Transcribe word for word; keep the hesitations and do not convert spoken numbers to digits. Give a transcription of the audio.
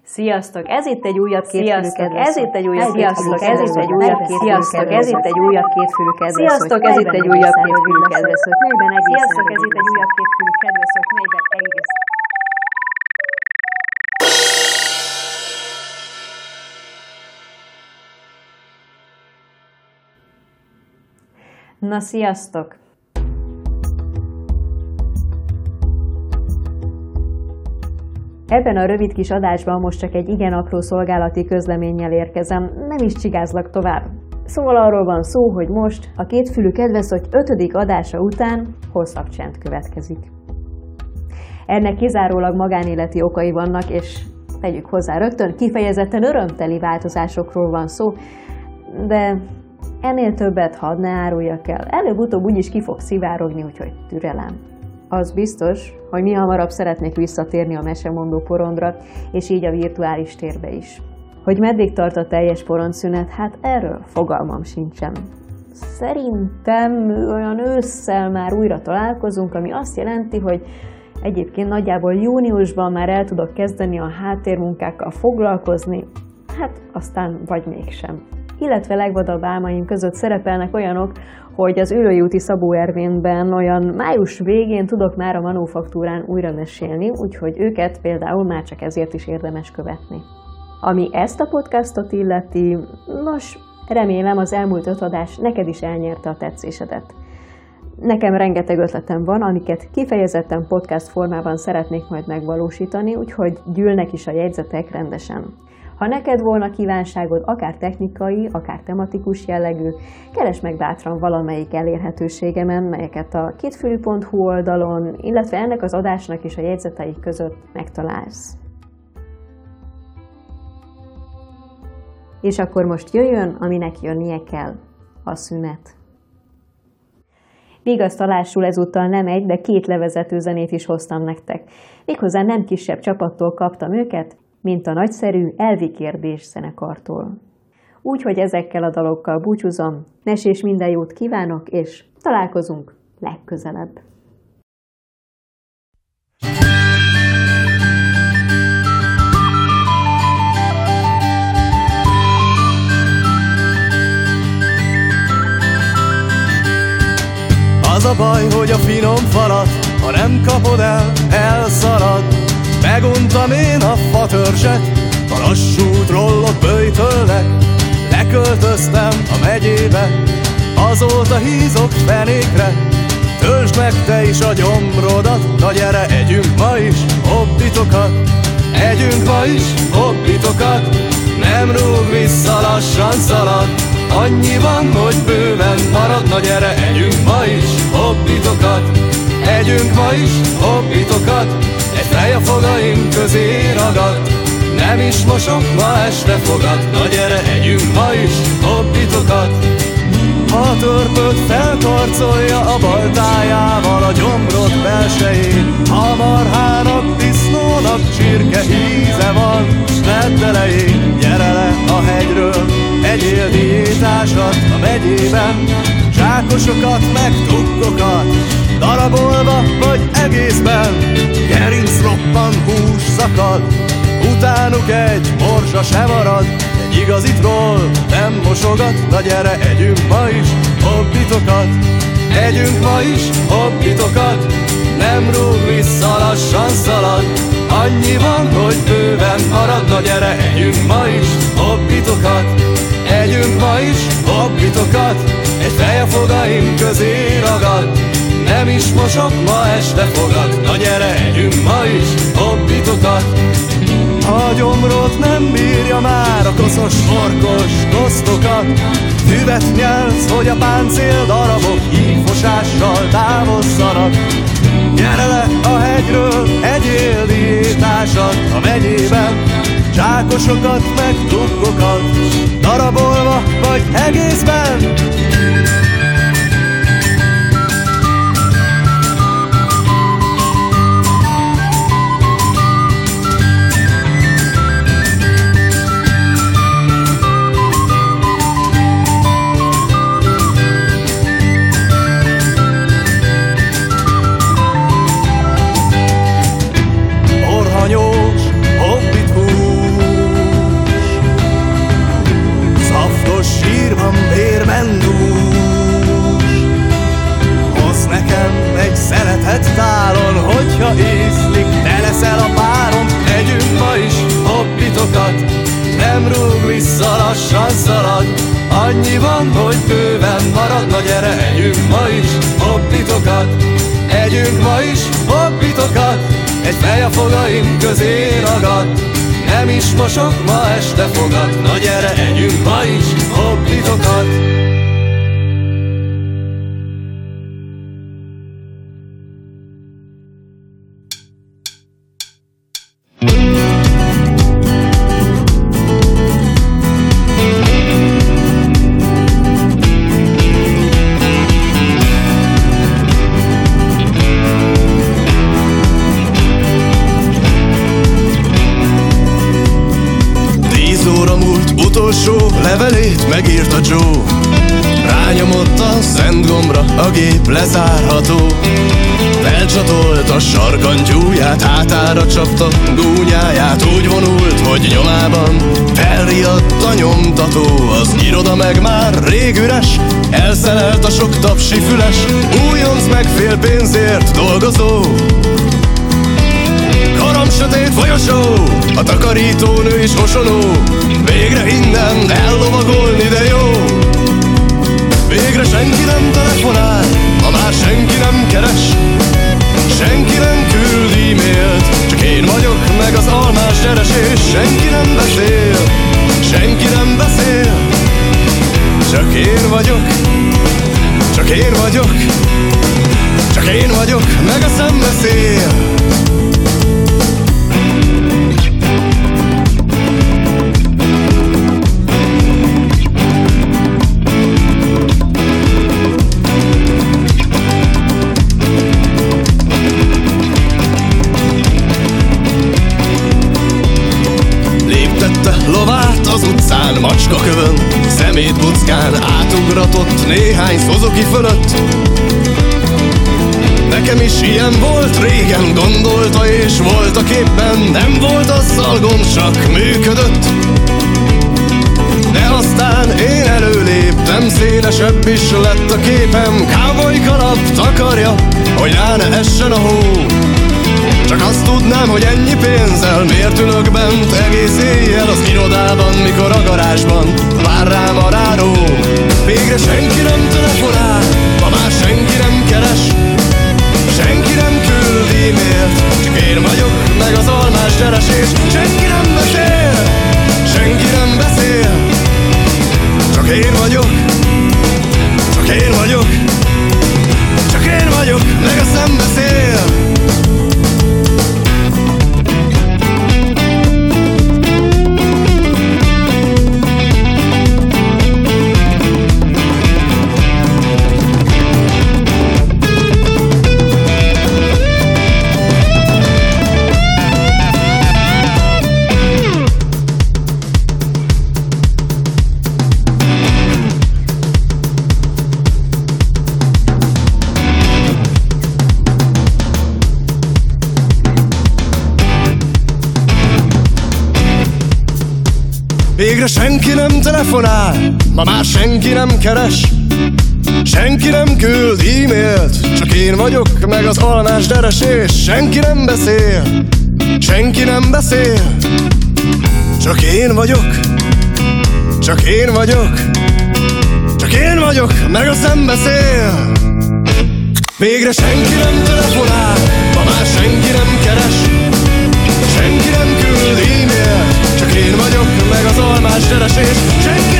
Sziasztok! Ez itt egy újabb kétfülű kedves. Ez itt egy újabb Sziasztok! Ez itt egy újabb kétfülű Sziasztok! Ez itt egy újabb kétfülű kedves. Sziasztok! Ez itt egy újabb kétfülű kedves. Sziasztok! Ez itt egy újabb kétfülű kedves, melyben egész. Na, sziasztok! Ebben a rövid kis adásban most csak egy igen apró szolgálati közleménnyel érkezem, nem is csigázlak tovább. Szóval arról van szó, hogy most a kétfülű kedveszok ötödik adása után hosszabb csend következik. Ennek kizárólag magánéleti okai vannak, és tegyük hozzá rögtön, kifejezetten örömteli változásokról van szó, de ennél többet hadd ne áruljak el. Előbb-utóbb úgyis ki fog szivárogni, úgyhogy türelem. Az biztos, hogy mi hamarabb szeretnék visszatérni a mesemondó porondra, és így a virtuális térbe is. Hogy meddig tart a teljes porondszünet, hát erről fogalmam sincsen. Szerintem olyan ősszel már újra találkozunk, ami azt jelenti, hogy egyébként nagyjából júniusban már el tudok kezdeni a háttérmunkákkal foglalkozni, hát aztán vagy mégsem. Illetve legvadabb álmaim között szerepelnek olyanok, hogy az Üllői úti Szabó Ervénben olyan május végén tudok már a Manufaktúrán újra mesélni, úgyhogy őket például már csak ezért is érdemes követni. Ami ezt a podcastot illeti, nos, remélem az elmúlt öt adás neked is elnyerte a tetszésedet. Nekem rengeteg ötletem van, amiket kifejezetten podcast formában szeretnék majd megvalósítani, úgyhogy gyűlnek is a jegyzetek rendesen. Ha neked volna kívánságod, akár technikai, akár tematikus jellegű, keresd meg bátran valamelyik elérhetőségemen, melyeket a kétfülű pont hu oldalon, illetve ennek az adásnak is a jegyzetei között megtalálsz. És akkor most jöjjön, aminek jönnie kell, a szünet. Vigasztalásul ezúttal nem egy, de két levezető zenét is hoztam nektek. Méghozzá nem kisebb csapattól kaptam őket, mint a nagyszerű Elvi Kérdés zenekartól. Úgyhogy ezekkel a dalokkal búcsúzom, mesés minden jót kívánok, és találkozunk legközelebb. Az a baj, hogy a finom falat, ha nem kapod el, elszarad. Meguntam én a fatörzset, a lassú trollok böjtölnek. Leköltöztem a megyébe, azóta hízok fenékre. Töltsd meg te is a gyomrodat, na gyere, együnk ma is hobbitokat. Együnk ma is hobbitokat, nem rúg vissza, lassan szalad. Annyi van, hogy bőven marad, na gyere, együnk ma is hobbitokat. Együnk ma is hobbitokat, egy fej a fogaim közé ragad. Nem is mosok, ma este fogad, na gyere, együnk ma is hobbitokat. Ha a törpöt felkarcolja a baltájával a gyomrod belsején, a marhának, disznónak csirke íze van, vedd elején, gyere le a hegyről, egyél diétásat a megyében, zsákosokat meg tukkokat, darabolva vagy egészben, gerinc roppan, hús szakad, utánuk egy morzsa sem marad, egy igazi troll nem mosogat, na gyere, együnk ma is hobbitokat, együnk ma is hobbitokat, nem rúg vissza, lassan szalad, annyi van, hogy bőven marad, na gyere, együnk ma is hobbitokat, együnk ma is hobbitokat, egy fej a fogaim közé ragad, nem is mosok, ma este fogad, na gyere, együnk ma is hobbitokat. A gyomrod nem bírja már a koszos, orkos kosztokat, füvet nyelsz, hogy a páncél darabok hígfosással távozzanak. Gyere le a hegyről, egyél diétásat a megyében, zsákosokat meg trukkokat, darabolva vagy egészben. Orhanyós, hobbit hús, bobbitokat. Nem rúg vissza, lassan szalad, annyi van, hogy bőven marad. Na gyere, együnk ma is bobbitokat, együnk ma is bobbitokat. Egy fej a fogaim közé ragad, nem is mosok, ma este fogad. Na gyere, együnk ma is bobbitokat. Utolsó levelét megírta Joe, rányomott a szent gombra, a gép lezárható. Felcsatolt a sarkantyúját, hátára csapta gúnyáját. Úgy vonult, hogy nyomában felriadt a nyomtató. Az iroda meg már rég üres, elszelelt a sok tapsi füles. Újonc meg fél pénzért dolgozó, karamsötét folyosó, a takarítónő is osonó. Végre innen ellovagolni, de jó. Végre senki nem telefonál, ma már senki nem keres, senki nem küld e-mailt, csak én vagyok meg az almás gyeres. És senki nem beszél, senki nem beszél, csak én vagyok, csak én vagyok, csak én vagyok meg a szembeszél. Lovát az utcán, macskakövön, szemét buckán, átugratott néhány Suzuki fölött. Nekem is ilyen volt régen, gondolta és volt a képben. Nem volt azzal gond, csak működött. De aztán én előléptem, szélesebb is lett a képem. Cowboy kalap takarja, hogy rá ne essen a hó. Csak azt tudnám, hogy ennyi pénzzel miért ülök bent egész éjjel az irodában, mikor a garázsban vár rám a ráró. Végre senki nem telefonál, ma már senki nem keres, senki nem küld e-mailt, csak én vagyok meg az almás gyeres. És senki nem beszél, senki nem beszél, csak én vagyok, csak én vagyok, csak én vagyok meg a szembeszél. Végre senki nem telefonál, ma már senki nem keres, senki nem küld e-mailt, csak én vagyok meg az almás deres. És senki nem beszél, senki nem beszél, csak én vagyok, csak én vagyok, csak én vagyok meg a szembeszél. Végre senki nem telefonál, ma már senki nem keres, senki nem küld e-mailt, csak én vagyok meg az almás gyeres. És senki